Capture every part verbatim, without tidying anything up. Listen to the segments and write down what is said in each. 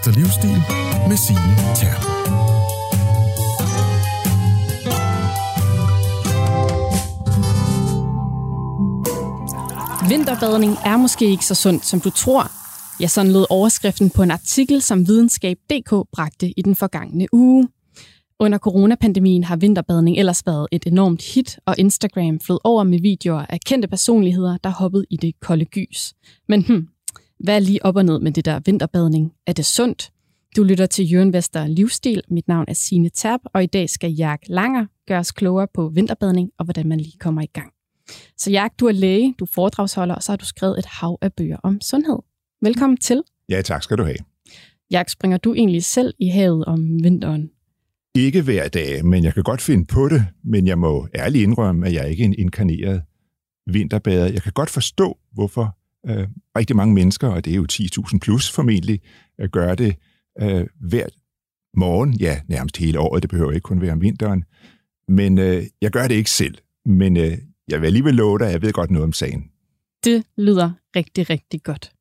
Vester Livsstil med Signe Terp. Vinterbadning er måske ikke så sundt, som du tror. Ja, sådan lød overskriften på en artikel, som videnskab punktum d k bragte i den forgangne uge. Under coronapandemien har vinterbadning ellers været et enormt hit, og Instagram flød over med videoer af kendte personligheder, der hoppede i det kolde gys. Men hm, hvad er lige op og ned med det der vinterbadning? Er det sundt? Du lytter til Jørgen Vester Livsstil. Mit navn er Signe Terp, og i dag skal Jack Langer gøre os klogere på vinterbadning og hvordan man lige kommer i gang. Så Jack, du er læge, du er foredragsholder, og så har du skrevet et hav af bøger om sundhed. Velkommen til. Ja, tak skal du have. Jack, springer du egentlig selv i havet om vinteren? Ikke hver dag, men jeg kan godt finde på det, men jeg må ærligt indrømme, at jeg ikke er en inkarneret vinterbader. Jeg kan godt forstå, hvorfor øh, rigtig mange mennesker, og det er jo ti tusind plus formentlig, øh, gør det øh, hver morgen, ja, nærmest hele året. Det behøver ikke kun være om vinteren. Men øh, jeg gør det ikke selv. Men øh, jeg vil alligevel love dig, at jeg ved godt noget om sagen. Det lyder rigtig, rigtig godt.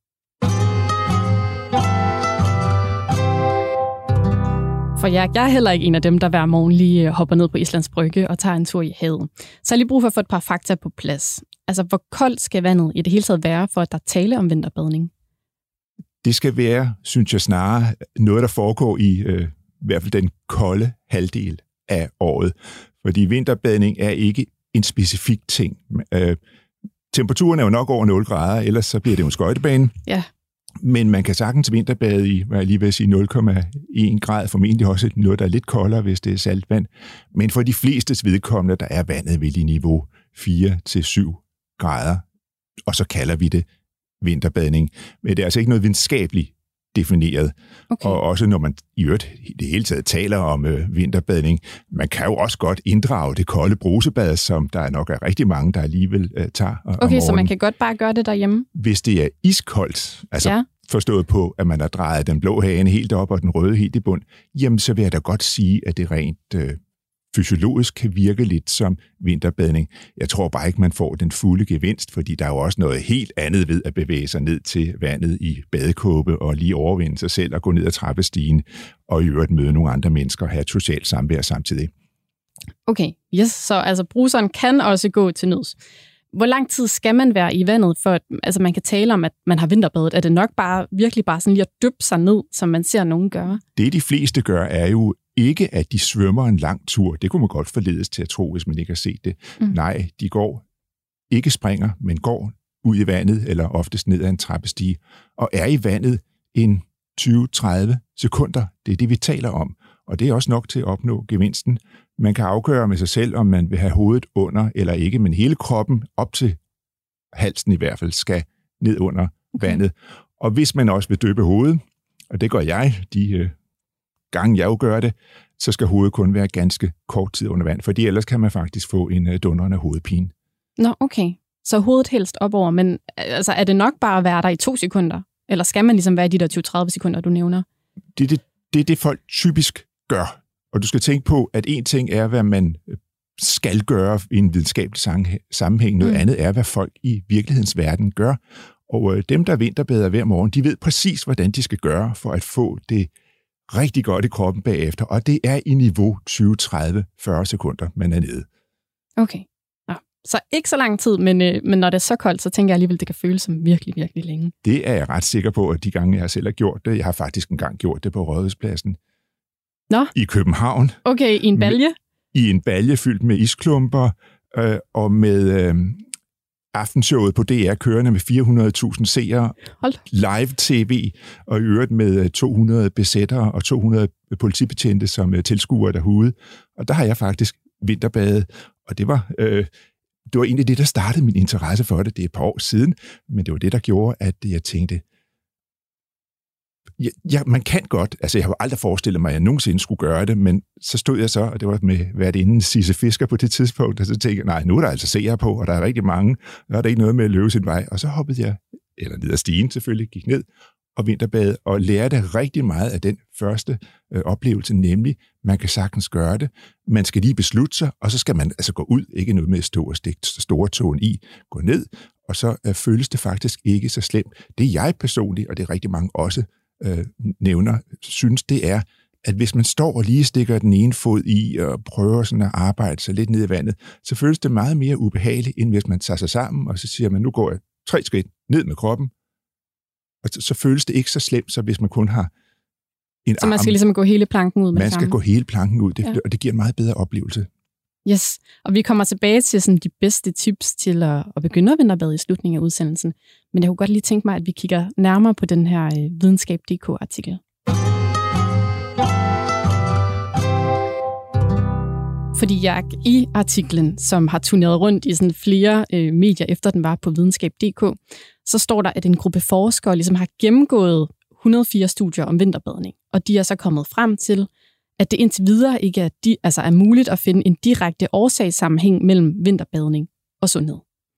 For jeg, jeg er heller ikke en af dem, der hver morgen lige hopper ned på Islands Brygge og tager en tur i havet. Så jeg har lige brug for at få et par fakta på plads. Altså, hvor koldt skal vandet i det hele taget være, for at der tale om vinterbadning? Det skal være, synes jeg snarere, noget, der foregår i øh, i hvert fald den kolde halvdel af året. Fordi vinterbadning er ikke en specifik ting. Øh, temperaturen er jo nok over nul grader, ellers så bliver det jo en skøjtebane. Ja. Men man kan sagtens vinterbade i, hvad jeg lige vil sige, nul komma en grad, formentlig også noget, der er lidt koldere, hvis det er saltvand. Men for de flestes vedkommende, der er vandet vel i niveau fire til syv grader, og så kalder vi det vinterbadning. Men det er altså ikke noget videnskabeligt defineret. Okay. Og også når man i øvrigt i det hele taget taler om øh, vinterbadning, man kan jo også godt inddrage det kolde brusebad, som der nok er rigtig mange, der alligevel øh, tager øh, Okay, så man kan godt bare gøre det derhjemme? Hvis det er iskoldt, altså ja. Forstået på, at man har drejet den blå hane helt op og den røde helt i bund, jamen så vil jeg da godt sige, at det rent øh, fysiologisk kan virke lidt som vinterbadning. Jeg tror bare ikke, man får den fulde gevinst, fordi der er jo også noget helt andet ved at bevæge sig ned til vandet i badekåbe og lige overvinde sig selv og gå ned ad trappestigen og i øvrigt møde nogle andre mennesker og have et socialt samvær samtidig. Okay, yes, så altså bruseren kan også gå til nøds. Hvor lang tid skal man være i vandet, for at altså, man kan tale om, at man har vinterbadet? Er det nok bare virkelig bare sådan lige at dyppe sig ned, som man ser nogen gøre? Det de fleste gør, er jo ikke, at de svømmer en lang tur. Det kunne man godt forledes til at tro, hvis man ikke har set det. Mm. Nej, de går, ikke springer, men går ud i vandet, eller oftest ned ad en trappestige, og er i vandet en tyve til tredive sekunder. Det er det, vi taler om. Og det er også nok til at opnå gevinsten. Man kan afgøre med sig selv, om man vil have hovedet under eller ikke, men hele kroppen, op til halsen i hvert fald, skal ned under okay. vandet. Og hvis man også vil dyppe hovedet, og det gør jeg, de øh, gange jeg jo gør det, så skal hovedet kun være ganske kort tid under vand, fordi ellers kan man faktisk få en øh, dundrende hovedpine. Nå, okay. Så hovedet helst op over, men altså, er det nok bare at være der i to sekunder? Eller skal man ligesom være i de der tyve til tredive sekunder, du nævner? Det er det, det, det, folk typisk gør. Og du skal tænke på, at en ting er, hvad man skal gøre i en videnskabelig sammenhæng. Noget mm. andet er, hvad folk i virkelighedens verden gør. Og øh, dem, der vinterbader hver morgen, de ved præcis, hvordan de skal gøre for at få det rigtig godt i kroppen bagefter. Og det er i niveau tyve, tredive, fyrre sekunder, man er nede. Okay. Ja. Så ikke så lang tid, men, øh, men når det er så koldt, så tænker jeg alligevel, det kan føles som virkelig, virkelig længe. Det er jeg ret sikker på, at de gange, jeg selv har gjort det, jeg har faktisk engang gjort det på Rådhuspladsen. Nå. I København. Okay, i en balje? I en balje fyldt med isklumper, øh, og med øh, aftenshowet på D R kørende med fire hundrede tusind seere, live-tv, og i øvrigt med to hundrede besættere og to hundrede politibetjente som uh, tilskuere derude. Og der har jeg faktisk vinterbadet, og det var, øh, det var egentlig det, der startede min interesse for det. Det er et par år siden, men det var det, der gjorde, at jeg tænkte, Ja, ja, man kan godt. Altså, jeg har aldrig forestillet mig, at jeg nogensinde skulle gøre det, men så stod jeg så, og det var med værtinden Sisse Fisker på det tidspunkt, og så tænkte jeg, nej, nu er der altså seere på, og der er rigtig mange, der er der ikke noget med at løbe sin vej. Og så hoppede jeg, eller ned ad stigen selvfølgelig, gik ned og vinterbade, og lærte rigtig meget af den første øh, oplevelse, nemlig, man kan sagtens gøre det, man skal lige beslutte sig, og så skal man altså gå ud, ikke noget med at stå og stikke store tåen i, gå ned, og så øh, føles det faktisk ikke så slemt. Det er jeg personligt, og det er rigtig mange også, øh, nævner, synes, det er, at hvis man står og lige stikker den ene fod i og prøver sådan at arbejde sig lidt ned i vandet, så føles det meget mere ubehageligt, end hvis man tager sig sammen, og så siger man, nu går jeg tre skridt ned med kroppen, og så, så føles det ikke så slemt, så hvis man kun har en Så man skal arm, ligesom gå hele planken ud med Man det skal samme. gå hele planken ud, det, ja. og det giver en meget bedre oplevelse. Yes, og vi kommer tilbage til sådan de bedste tips til at, at begynde at vinterbade i slutningen af udsendelsen. Men jeg kunne godt lige tænke mig, at vi kigger nærmere på den her øh, videnskab punktum d k-artikel. Fordi jeg i artiklen, som har turneret rundt i sådan flere øh, medier, efter den var på videnskab punktum d k, så står der, at en gruppe forskere ligesom har gennemgået et hundrede og fire studier om vinterbadning, og de er så kommet frem til, at det indtil videre ikke er, de, altså er muligt at finde en direkte årsagssammenhæng mellem vinterbadning og sundhed.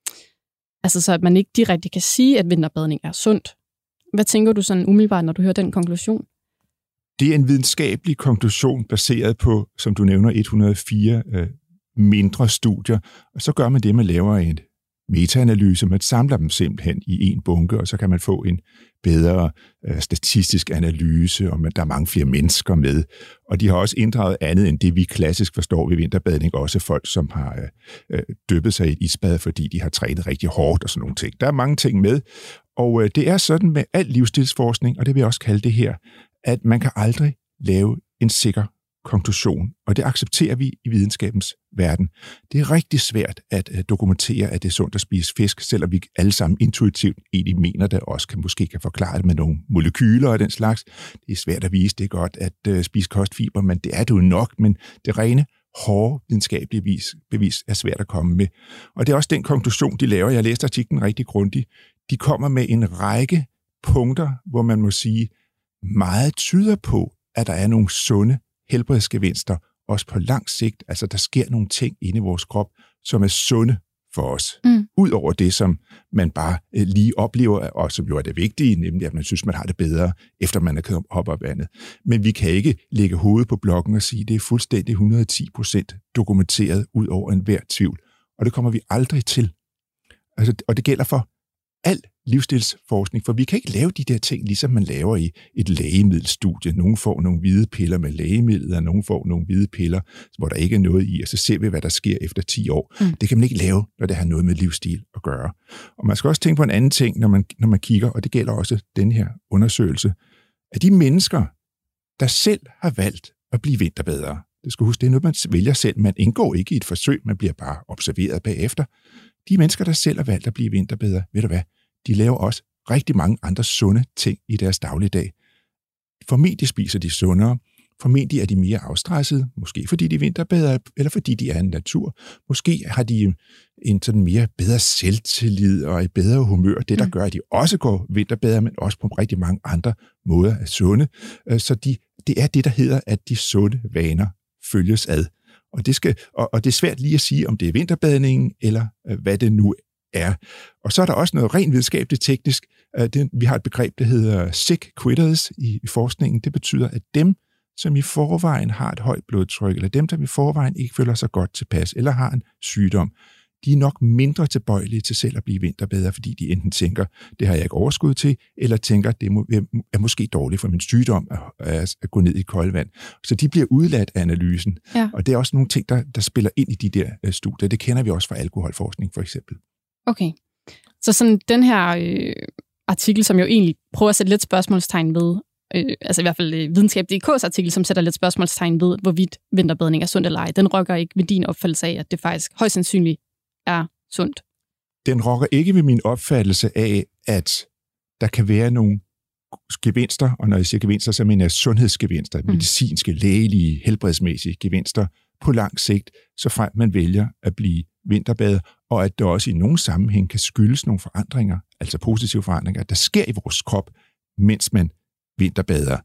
Altså så, at man ikke direkte kan sige, at vinterbadning er sundt. Hvad tænker du sådan umiddelbart, når du hører den konklusion? Det er en videnskabelig konklusion baseret på, som du nævner, et hundrede og fire øh, mindre studier, og så gør man det, man laver en metaanalyse, man samler dem simpelthen i en bunke, og så kan man få en bedre øh, statistisk analyse, og der er mange flere mennesker med. Og de har også inddraget andet end det, vi klassisk forstår ved vinterbadning, også folk, som har øh, dyppet sig i et isbad, fordi de har trænet rigtig hårdt og sådan nogle ting. Der er mange ting med, og øh, det er sådan med al livsstilsforskning, og det vil jeg også kalde det her, at man kan aldrig lave en sikker konklusion, og det accepterer vi i videnskabens verden. Det er rigtig svært at dokumentere, at det er sundt at spise fisk, selvom vi alle sammen intuitivt egentlig mener det, også kan måske kan forklare det med nogle molekyler og den slags. Det er svært at vise, det er godt at uh, spise kostfiber, men det er det jo nok, men det rene, hårde videnskabelige bevis, bevis er svært at komme med. Og det er også den konklusion, de laver. Jeg har læst artiklen rigtig grundigt. De kommer med en række punkter, hvor man må sige, meget tyder på, at der er nogle sunde helbredsgevinster, også på lang sigt. Altså, der sker nogle ting inde i vores krop, som er sunde for os. Mm. Udover det, som man bare eh, lige oplever, og som jo er det vigtige, nemlig at man synes, man har det bedre, efter man er kommet op af vandet. Men vi kan ikke lægge hovedet på blokken og sige, at det er fuldstændig et hundrede og ti procent dokumenteret ud over enhver tvivl. Og det kommer vi aldrig til. Altså, og det gælder for al livsstilsforskning, for vi kan ikke lave de der ting, ligesom man laver i et lægemiddelstudie. Nogle får nogle hvide piller med lægemidler, og nogle får nogle hvide piller, hvor der ikke er noget i, og så ser vi, hvad der sker efter ti år. Mm. Det kan man ikke lave, når det har noget med livsstil at gøre. Og man skal også tænke på en anden ting, når man, når man kigger, og det gælder også den her undersøgelse, at de mennesker, der selv har valgt at blive vinterbadere, det skal huske, det er noget, man vælger selv. Man indgår ikke i et forsøg, man bliver bare observeret bagefter. De mennesker, der selv har valgt at blive vinterbadere, ved du hvad, de laver også rigtig mange andre sunde ting i deres dagligdag. Formentlig spiser de sundere, formentlig er de mere afstressede, måske fordi de vinterbader, eller fordi de er en natur. Måske har de en sådan mere bedre selvtillid og et bedre humør, det der gør, at de også går vinterbader, men også på rigtig mange andre måder er sunde. Så de, det er det, der hedder, at de sunde vaner følges ad. Og det, skal, og, og det er svært lige at sige, om det er vinterbadningen, eller øh, hvad det nu er. Og så er der også noget rent videnskabeligt teknisk. Øh, det, vi har et begreb, der hedder sick quitters i, i forskningen. Det betyder, at dem, som i forvejen har et højt blodtryk, eller dem, der i forvejen ikke føler sig godt tilpas, eller har en sygdom, de er nok mindre tilbøjelige til selv at blive vinterbadere, fordi de enten tænker, det har jeg ikke overskud til, eller tænker, det er måske dårligt for min sygdom at, at gå ned i koldt vand. Så de bliver udladt af analysen. Ja. Og det er også nogle ting, der, der spiller ind i de der uh, studier. Det kender vi også fra alkoholforskning, for eksempel. Okay. Så sådan den her øh, artikel, som jo egentlig prøver at sætte lidt spørgsmålstegn ved, øh, altså i hvert fald øh, videnskab punktum d k's artikel, som sætter lidt spørgsmålstegn ved, hvorvidt vinterbadning er sundt eller ej, den rykker ikke ved din opfattelse af, at det faktisk højst sandsynligt er sundt. Den rokker ikke ved min opfattelse af, at der kan være nogle gevinster, og når jeg siger gevinster, så mener jeg sundhedsgevinster, mm. medicinske, lægelige, helbredsmæssige gevinster på lang sigt, så frem man vælger at blive vinterbader, og at der også i nogle sammenhæng kan skyldes nogle forandringer, altså positive forandringer, der sker i vores krop, mens man vinterbader.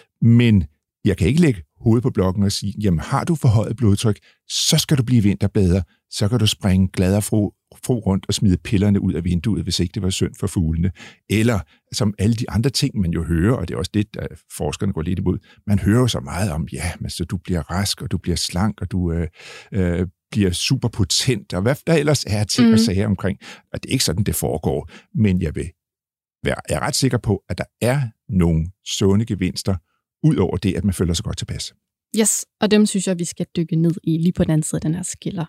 Men jeg kan ikke lægge hovedet på blokken og sige, jamen har du forhøjet blodtryk, så skal du blive vinterbader, så kan du springe glad og fro, fro rundt og smide pillerne ud af vinduet, hvis ikke det var synd for fuglene. Eller som alle de andre ting, man jo hører, og det er også det, der forskerne går lidt imod, man hører jo så meget om, ja, men så du bliver rask, og du bliver slank, og du øh, øh, bliver superpotent, og hvad der ellers er ting mm. og sager omkring. Og det er ikke sådan, det foregår, men jeg vil være, jeg er ret sikker på, at der er nogle sunde gevinster, ud over det, at man føler sig godt tilpas. Yes, og dem synes jeg, vi skal dykke ned i lige på den anden side af den her skiller.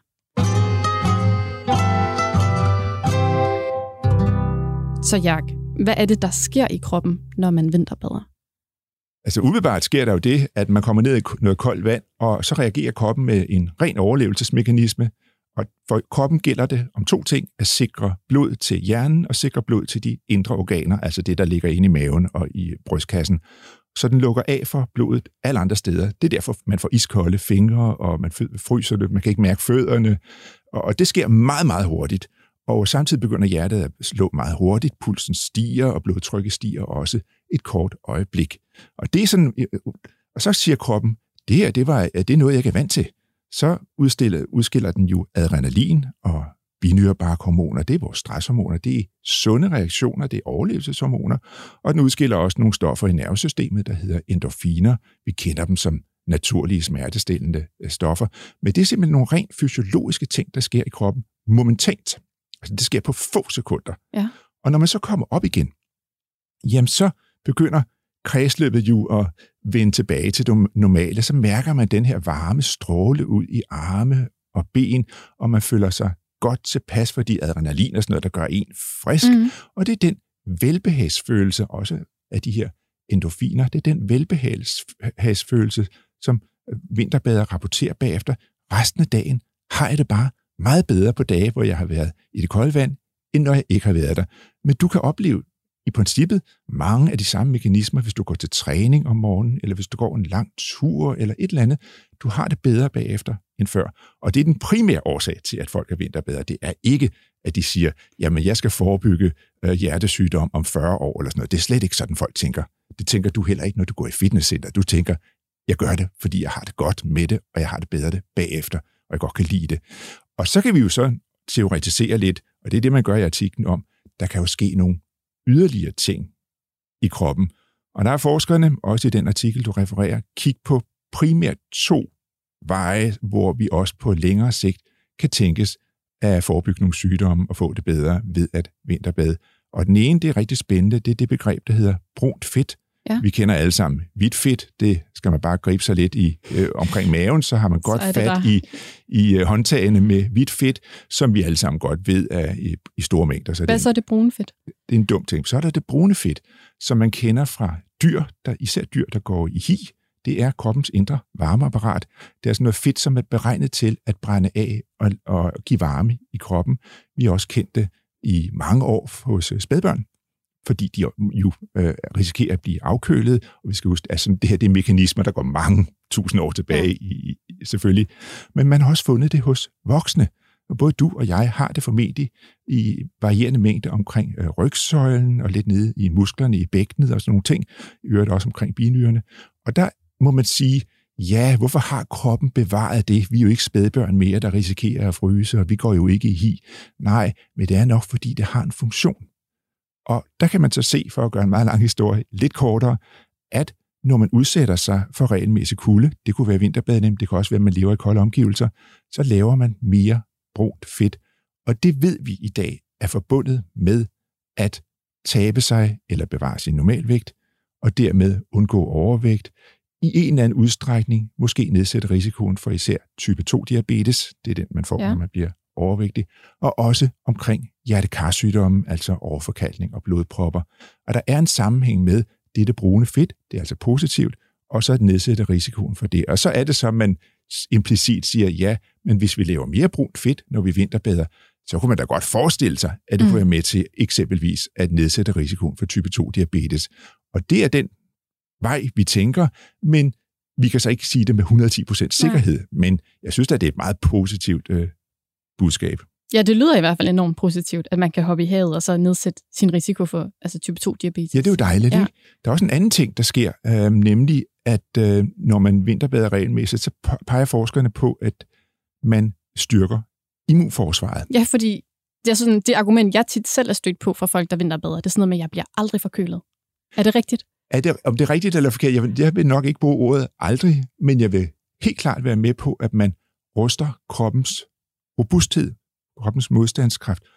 Så Jak, hvad er det, der sker i kroppen, når man vinterbader? Altså umiddelbart sker der jo det, at man kommer ned i noget koldt vand, og så reagerer kroppen med en ren overlevelsesmekanisme. Og for kroppen gælder det om to ting, at sikre blod til hjernen og sikre blod til de indre organer, altså det, der ligger inde i maven og i brystkassen. Så den lukker af for blodet alle andre steder. Det er derfor, man får iskolde fingre, og man fryser det, man kan ikke mærke fødderne. Og det sker meget, meget hurtigt. Og samtidig begynder hjertet at slå meget hurtigt, pulsen stiger, og blodtrykket stiger også et kort øjeblik. Og det er sådan, og så siger kroppen, det her, det, var, det er noget, jeg ikke er vant til. Så udstiller, udskiller den jo adrenalin og binyrebarkhormoner, det er vores stresshormoner, det er sunde reaktioner, det er overlevelseshormoner, og den udskiller også nogle stoffer i nervesystemet, der hedder endorfiner. Vi kender dem som naturlige smertestillende stoffer, men det er simpelthen nogle rent fysiologiske ting, der sker i kroppen momentant. Altså det sker på få sekunder. Ja. Og når man så kommer op igen, jamen så begynder kredsløbet jo at vende tilbage til det normale, så mærker man den her varme stråle ud i arme og ben, og man føler sig godt tilpas, fordi adrenalin og sådan noget, der gør en frisk. Mm. Og det er den velbehagsfølelse også af de her endorfiner, det er den velbehagsfølelse, som vinterbader rapporterer bagefter. Resten af dagen har jeg det bare meget bedre på dage, hvor jeg har været i det kolde vand, end når jeg ikke har været der. Men du kan opleve i princippet mange af de samme mekanismer, hvis du går til træning om morgenen, eller hvis du går en lang tur, eller et eller andet. Du har det bedre bagefter end før. Og det er den primære årsag til, at folk er vinterbader. Det er ikke, at de siger, jamen jeg skal forebygge øh, hjertesygdom om fyrre år, eller sådan noget. Det er slet ikke sådan, folk tænker. Det tænker du heller ikke, når du går i fitnesscenter. Du tænker, jeg gør det, fordi jeg har det godt med det, og jeg har det bedre det bagefter, og jeg godt kan lide det. Og så kan vi jo så teoretisere lidt, og det er det, man gør i artiklen om, der kan jo ske nogle yderligere ting i kroppen. Og der er forskerne, også i den artikel, du refererer, kig på primært to veje, hvor vi også på længere sigt kan tænkes at forebygge nogle sygdomme og få det bedre ved at vinterbade. Og den ene, det er rigtig spændende, det er det begreb, der hedder brunt fedt. Ja. Vi kender alle sammen hvidt fedt, det skal man bare gribe sig lidt i øh, omkring maven, så har man godt fat der. i, i øh, håndtagene med hvidt fedt, som vi alle sammen godt ved er i, i store mængder. Så Hvad det, så er det brune fedt? Det er en dum ting. Så er der det brune fedt, som man kender fra dyr, der, især dyr, der går i hi. Det er kroppens indre varmeapparat. Det er sådan noget fedt, som er beregnet til at brænde af og, og give varme i kroppen. Vi har også kendt det i mange år hos spædbørn, fordi de jo øh, risikerer at blive afkølet, og vi skal huske, at altså, det her det er mekanismer, der går mange tusind år tilbage, ja. i, i, selvfølgelig. Men man har også fundet det hos voksne, og både du og jeg har det formentlig i varierende mængde omkring øh, rygsøjlen, og lidt nede i musklerne i bækkenet, og sådan nogle ting, i øvrigt også omkring binyrerne. Og der må man sige, ja, hvorfor har kroppen bevaret det? Vi er jo ikke spædbørn mere, der risikerer at fryse, og vi går jo ikke i hi. Nej, men det er nok, fordi det har en funktion. Og der kan man så se, for at gøre en meget lang historie lidt kortere, at når man udsætter sig for regelmæssig kulde, det kunne være vinterbadning, det kan også være, at man lever i kolde omgivelser, så laver man mere brunt fedt. Og det ved vi i dag er forbundet med at tabe sig eller bevare sin normalvægt, og dermed undgå overvægt, i en eller anden udstrækning måske nedsætte risikoen for især type to diabetes, det er den, man får, ja. når man bliver overvægtig, og også omkring hjertekarsygdomme, altså overforkalkning og blodpropper. Og der er en sammenhæng med dette brune fedt, det er altså positivt, og så at nedsætte risikoen for det. Og så er det så, man implicit siger, ja, men hvis vi laver mere brunt fedt, når vi vinterbader, så kunne man da godt forestille sig, at det mm. kunne være med til eksempelvis at nedsætte risikoen for type to diabetes. Og det er den vej, vi tænker, men vi kan så ikke sige det med hundrede og ti procent sikkerhed, Nej. men jeg synes at det er et meget positivt øh, budskab. Ja, det lyder i hvert fald enormt positivt, at man kan hoppe i havet og så nedsætte sin risiko for altså type to diabetes. Ja, det er jo dejligt, ja. ikke? Der er også en anden ting, der sker, øh, nemlig at øh, når man vinterbader regelmæssigt, så peger forskerne på, at man styrker immunforsvaret. Ja, fordi det er sådan det argument, jeg tit selv er stødt på fra folk, der vinterbader. Det er sådan noget med, at jeg bliver aldrig forkølet. Er det rigtigt? Er det, om det er rigtigt eller forkert? Jeg vil, jeg vil nok ikke bruge ordet aldrig, men jeg vil helt klart være med på, at man ruster kroppens robusthed, kroppens modstandskraft,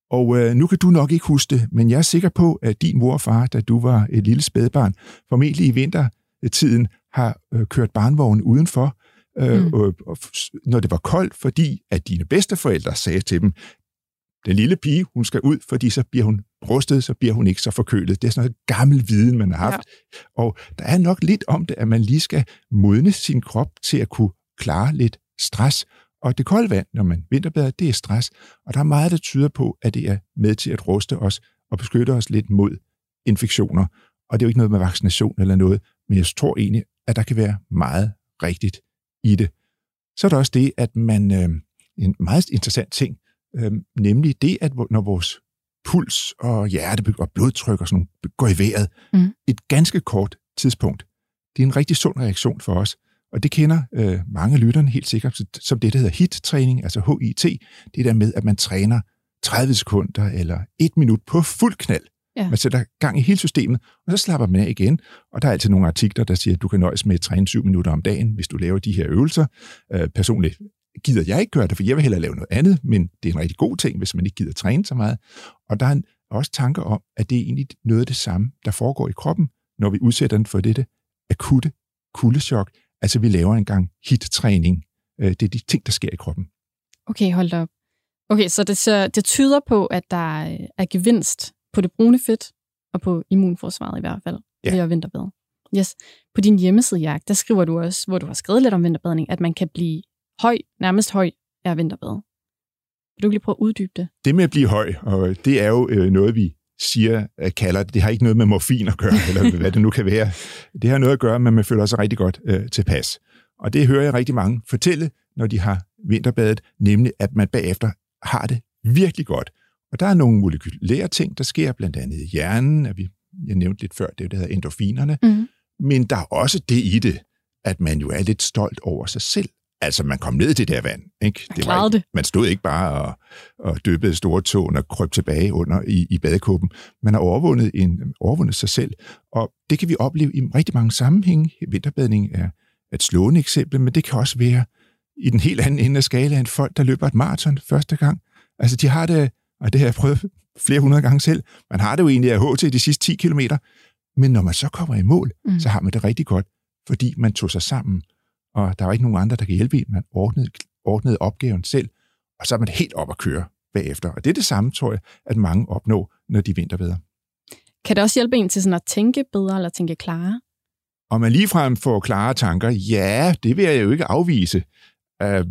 Og øh, nu kan du nok ikke huske det, men jeg er sikker på, at din mor og far, da du var et lille spædbarn, formentlig i vintertiden har øh, kørt barnvognen udenfor, øh, mm. og, og, når det var koldt, fordi at dine bedsteforældre sagde til dem, den lille pige, hun skal ud, fordi så bliver hun rustet, så bliver hun ikke så forkølet. Det er sådan noget gammel viden, man har haft. Ja. Og der er nok lidt om det, at man lige skal modne sin krop til at kunne klare lidt stress. Og det kolde vand, når man vinterbader, det er stress. Og der er meget, der tyder på, at det er med til at ruste os og beskytte os lidt mod infektioner. Og det er jo ikke noget med vaccination eller noget, men jeg tror egentlig, at der kan være meget rigtigt i det. Så er der også det, at man, øh, en meget interessant ting, øh, nemlig det, at når vores puls og hjerte og blodtryk og sådan noget går i vejret, mm. et ganske kort tidspunkt, det er en rigtig sund reaktion for os. Og det kender øh, mange af lytterne helt sikkert som det, der hedder H I T-træning, altså H I T. Det der med, at man træner tredive sekunder eller et minut på fuld knald. Ja. Man sætter gang i hele systemet, og så slapper man af igen. Og der er altid nogle artikler, der siger, at du kan nøjes med at træne syv minutter om dagen, hvis du laver de her øvelser. Øh, personligt gider jeg ikke gøre det, for jeg vil hellere lave noget andet, men det er en rigtig god ting, hvis man ikke gider træne så meget. Og der er også tanker om, at det er egentlig noget af det samme, der foregår i kroppen, når vi udsætter den for dette akutte kuldechok. Altså, vi laver en gang H I T-træning. Det er de ting, der sker i kroppen. Okay, hold da op. Okay, så det, så det tyder på, at der er gevinst på det brune fedt, og på immunforsvaret i hvert fald, ja. Ved at vinterbade. Yes. På din hjemmeside, Jack, der skriver du også, hvor du har skrevet lidt om vinterbadning, at man kan blive høj, nærmest høj, af vinterbade. Vil du lige prøve at uddybe det? Det med at blive høj, og det er jo øh, noget, vi siger, kalder det. Det har ikke noget med morfin at gøre, eller hvad det nu kan være. Det har noget at gøre med, at man føler sig rigtig godt øh, tilpas. Og det hører jeg rigtig mange fortælle, når de har vinterbadet, nemlig at man bagefter har det virkelig godt. Og der er nogle molekylære ting, der sker, blandt andet i hjernen, at vi, jeg nævnte lidt før, det der hedder endorfinerne. Mm. Men der er også det i det, at man jo er lidt stolt over sig selv. Altså, man kom ned til det der vand, ikke? Det var ikke, man stod ikke bare og, og dyppede store tåen og krøb tilbage under i, i badekuppen. Man har overvundet, en, overvundet sig selv, og det kan vi opleve i rigtig mange sammenhænge. Vinterbadning er et slående eksempel, men det kan også være i den helt anden ende af skalaen folk, der løber et maraton første gang. Altså, de har det, og det har jeg prøvet flere hundrede gange selv, man har det jo egentlig af H til de sidste ti kilometer, men når man så kommer i mål, mm. så har man det rigtig godt, fordi man tog sig sammen. Og der var ikke nogen andre, der kan hjælpe en. Man ordnede, ordnede opgaven selv, og så er man helt op at køre bagefter. Og det er det samme, tror jeg, at mange opnår, når de vinterbader. Kan det også hjælpe en til sådan at tænke bedre eller tænke klarere? Om man ligefrem får klare tanker, ja, det vil jeg jo ikke afvise. Uh,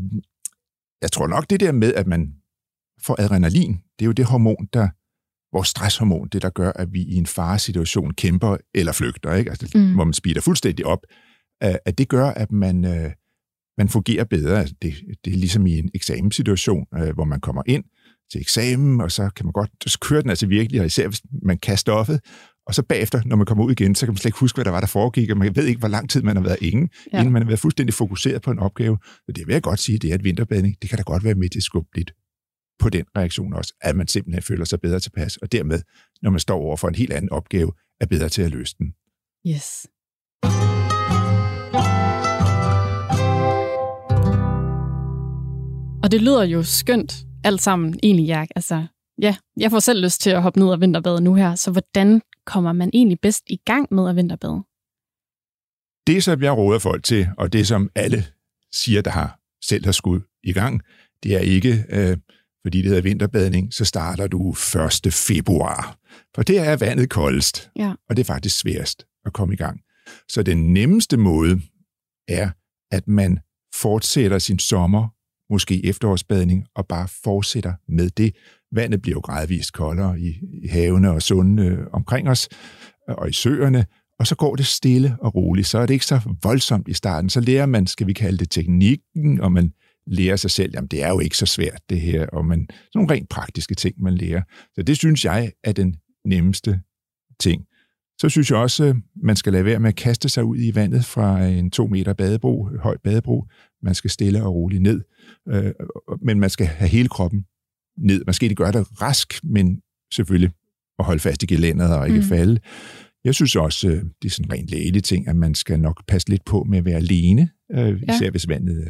jeg tror nok, det der med, at man får adrenalin, det er jo det hormon, der, vores stresshormon, det der gør, at vi i en faresituation kæmper eller flygter, ikke? Altså, mm. hvor man speeder fuldstændig op. At det gør, at man, øh, man fungerer bedre. Altså det, det er ligesom i en eksamenssituation, øh, hvor man kommer ind til eksamen, og så kan man godt, så kører den altså virkelig, og især hvis man kan stoffet, og så bagefter, når man kommer ud igen, så kan man slet ikke huske, hvad der var, der foregik, og man ved ikke, hvor lang tid man har været inde, ja. Inden man har været fuldstændig fokuseret på en opgave. Så det vil jeg godt sige, det er et vinterbadning. Det kan da godt være med til at skubbe lidt på den reaktion også, at man simpelthen føler sig bedre tilpas, og dermed, når man står over for en helt anden opgave, er bedre til at løse den. Yes. Og det lyder jo skønt alt sammen, egentlig, Jack. Altså, ja, jeg får selv lyst til at hoppe ned og vinterbade nu her, så hvordan kommer man egentlig bedst i gang med at vinterbade? Det, som jeg råder folk til, og det, som alle siger, der har selv har skudt i gang, det er ikke, øh, fordi det hedder vinterbadning, så starter du første februar. For det er vandet koldest, ja. Og det er faktisk sværest at komme i gang. Så den nemmeste måde er, at man fortsætter sin sommer, måske efterårsbadning, og bare fortsætter med det. Vandet bliver jo gradvist koldere i, i havene og sundene omkring os, og i søerne, og så går det stille og roligt. Så er det ikke så voldsomt i starten. Så lærer man, skal vi kalde det teknikken, og man lærer sig selv, jamen det er jo ikke så svært det her, og man, sådan nogle rent praktiske ting, man lærer. Så det synes jeg er den nemmeste ting. Så synes jeg også, man skal lade være med at kaste sig ud i vandet fra en to meter badebro, højt badebro. Man skal stille og roligt ned, øh, men man skal have hele kroppen ned. Man skal ikke gøre det rask, men selvfølgelig at holde fast i gelænderet og ikke mm. falde. Jeg synes også, det er sådan en rent lægelig ting, at man skal nok passe lidt på med at være alene, øh, især ja. Hvis vandet er,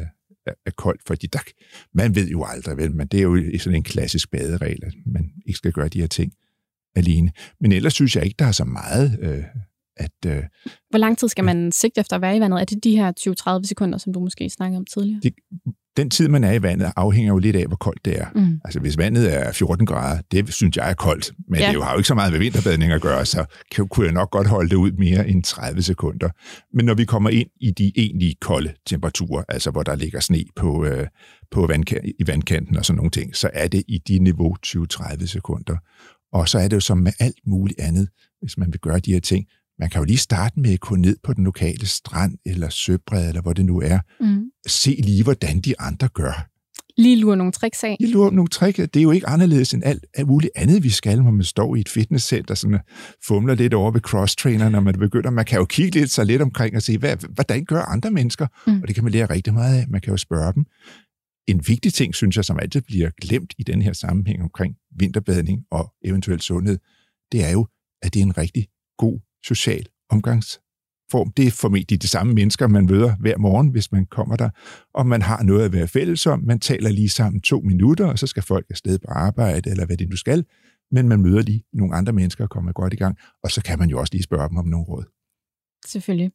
er, er koldt, fordi der, man ved jo aldrig, vel, men det er jo sådan en klassisk baderegel, at man ikke skal gøre de her ting alene. Men ellers synes jeg ikke, der er så meget øh, at... Øh, Hvor lang tid skal man sigte efter at være i vandet? Er det de her tyve til tredive sekunder, som du måske snakkede om tidligere? Det, den tid, man er i vandet, afhænger jo lidt af, hvor koldt det er. Mm. Altså, hvis vandet er fjorten grader, det synes jeg er koldt, men ja. Det har jo ikke så meget med vinterbadning at gøre, så kunne jeg nok godt holde det ud mere end tredive sekunder. Men når vi kommer ind i de egentlige kolde temperaturer, altså hvor der ligger sne på, øh, på vandka- i vandkanten og sådan nogle ting, så er det i de niveau tyve til tredive sekunder. Og så er det jo som med alt muligt andet, hvis man vil gøre de her ting. Man kan jo lige starte med at gå ned på den lokale strand eller søbred, eller hvor det nu er. Mm. Se lige, hvordan de andre gør. Lige lure nogle tricks af. Lige lure nogle tricks. Det er jo ikke anderledes end alt, alt muligt andet, vi skal, når man står i et fitnesscenter og sådan fumler lidt over ved cross-trainer, når man begynder. Man kan jo kigge lidt sig lidt omkring og se, hvad, hvordan gør andre mennesker? Mm. Og det kan man lære rigtig meget af. Man kan jo spørge dem. En vigtig ting, synes jeg, som altid bliver glemt i den her sammenhæng omkring vinterbadning og eventuel sundhed, det er jo, at det er en rigtig god social omgangsform. Det er formentlig de samme mennesker, man møder hver morgen, hvis man kommer der, og man har noget at være fælles om. Man taler lige sammen to minutter, og så skal folk afsted på arbejde, eller hvad det nu skal, men man møder lige nogle andre mennesker og kommer godt i gang, og så kan man jo også lige spørge dem om nogle råd. Selvfølgelig.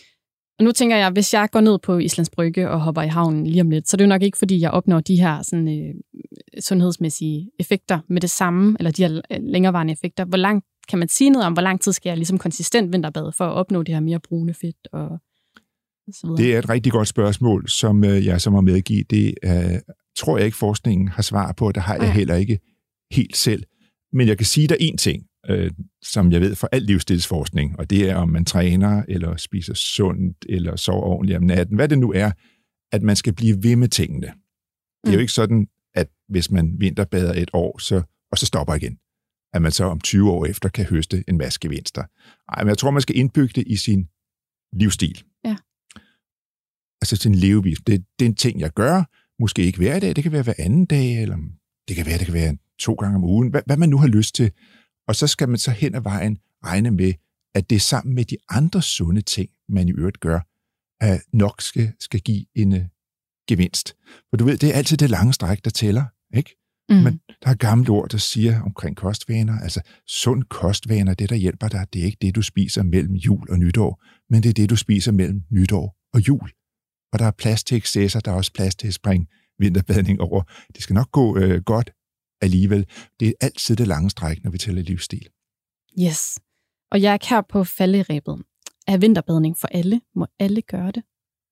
Og nu tænker jeg, hvis jeg går ned på Islands Brygge og hopper i havnen lige om lidt, så er det jo nok ikke, fordi jeg opnår de her sådan, øh, sundhedsmæssige effekter med det samme, eller de her længerevarende effekter. Hvor langt kan man sige noget om, hvor lang tid skal jeg ligesom konsistent vinterbade for at opnå det her mere brune fedt og så videre? Det er et rigtig godt spørgsmål, som jeg så må medgive. Det uh, tror jeg ikke, forskningen har svar på, det har jeg heller ikke helt selv. Men jeg kan sige dig en ting, uh, som jeg ved fra al livsstilsforskning, og det er, om man træner, eller spiser sundt, eller sover ordentligt om natten, hvad det nu er, at man skal blive ved med tingene. Det er jo ikke sådan, at hvis man vinterbader et år, så, og så stopper igen, at man så om tyve år efter kan høste en masse gevinster. Ej, men jeg tror, man skal indbygge det i sin livsstil. Ja. Altså sin levevis. Det, det er en ting, jeg gør. Måske ikke hver dag. Det kan være hver anden dag, eller det kan være, det kan være to gange om ugen. Hvad, hvad man nu har lyst til. Og så skal man så hen ad vejen regne med, at det sammen med de andre sunde ting, man i øvrigt gør, at nok skal, skal give en uh, gevinst. For du ved, det er altid det lange stræk, der tæller, ikke? Mm. Men der er gamle ord, der siger omkring kostvaner, altså sund kostvaner, det der hjælper dig, det er ikke det, du spiser mellem jul og nytår, men det er det, du spiser mellem nytår og jul. Og der er plads til excesser, der er også plads til at springe vinterbadning over. Det skal nok gå øh, godt alligevel. Det er altid det lange stræk, når vi tæller livsstil. Yes. Og jeg er her på falderebet. Er vinterbadning for alle? Må alle gøre det?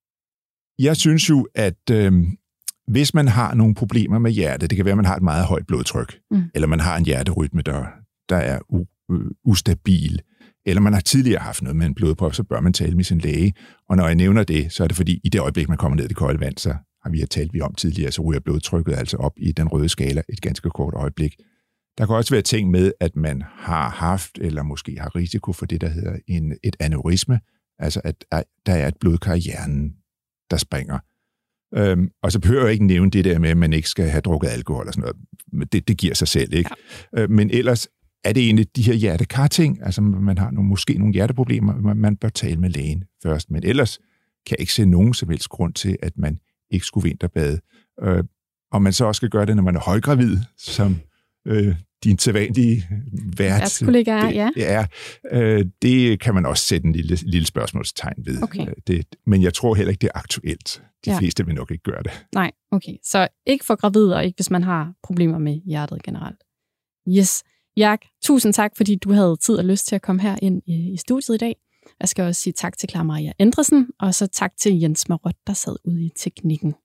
Jeg synes jo, at øh, hvis man har nogle problemer med hjertet, det kan være, at man har et meget højt blodtryk, mm. eller man har en hjerterytme, der, der er u- øh, ustabil, eller man har tidligere haft noget med en blodprop, så bør man tale med sin læge. Og når jeg nævner det, så er det fordi, i det øjeblik, man kommer ned i det kolde vand, så har vi talt vi om tidligere, så ryger blodtrykket altså op i den røde skala et ganske kort øjeblik. Der kan også være ting med, at man har haft, eller måske har risiko for det, der hedder en, et aneurisme, altså at der er et blodkar i hjernen, der springer. Øhm, og så behøver jeg ikke nævne det der med, at man ikke skal have drukket alkohol og sådan noget. Det, det giver sig selv, ikke? Ja. Øh, men ellers er det egentlig de her hjertekar-ting, altså man har nogle, måske nogle hjerteproblemer, man bør tale med lægen først. Men ellers kan jeg ikke se nogen som helst grund til, at man ikke skulle vinterbade. Øh, og man så også skal gøre det, når man er højgravid, som øh, din sædvanlige vært. Ja. Det, er, øh, det kan man også sætte en lille, lille spørgsmålstegn ved. Okay. Det, men jeg tror heller ikke, det er aktuelt. De ja. fleste vil nok ikke gøre det. Nej, okay. Så ikke for gravide, og ikke hvis man har problemer med hjertet generelt. Yes. Jak, tusind tak, fordi du havde tid og lyst til at komme her ind i studiet i dag. Jeg skal også sige tak til Clara Maria Andresen, og så tak til Jens Marot, der sad ude i teknikken.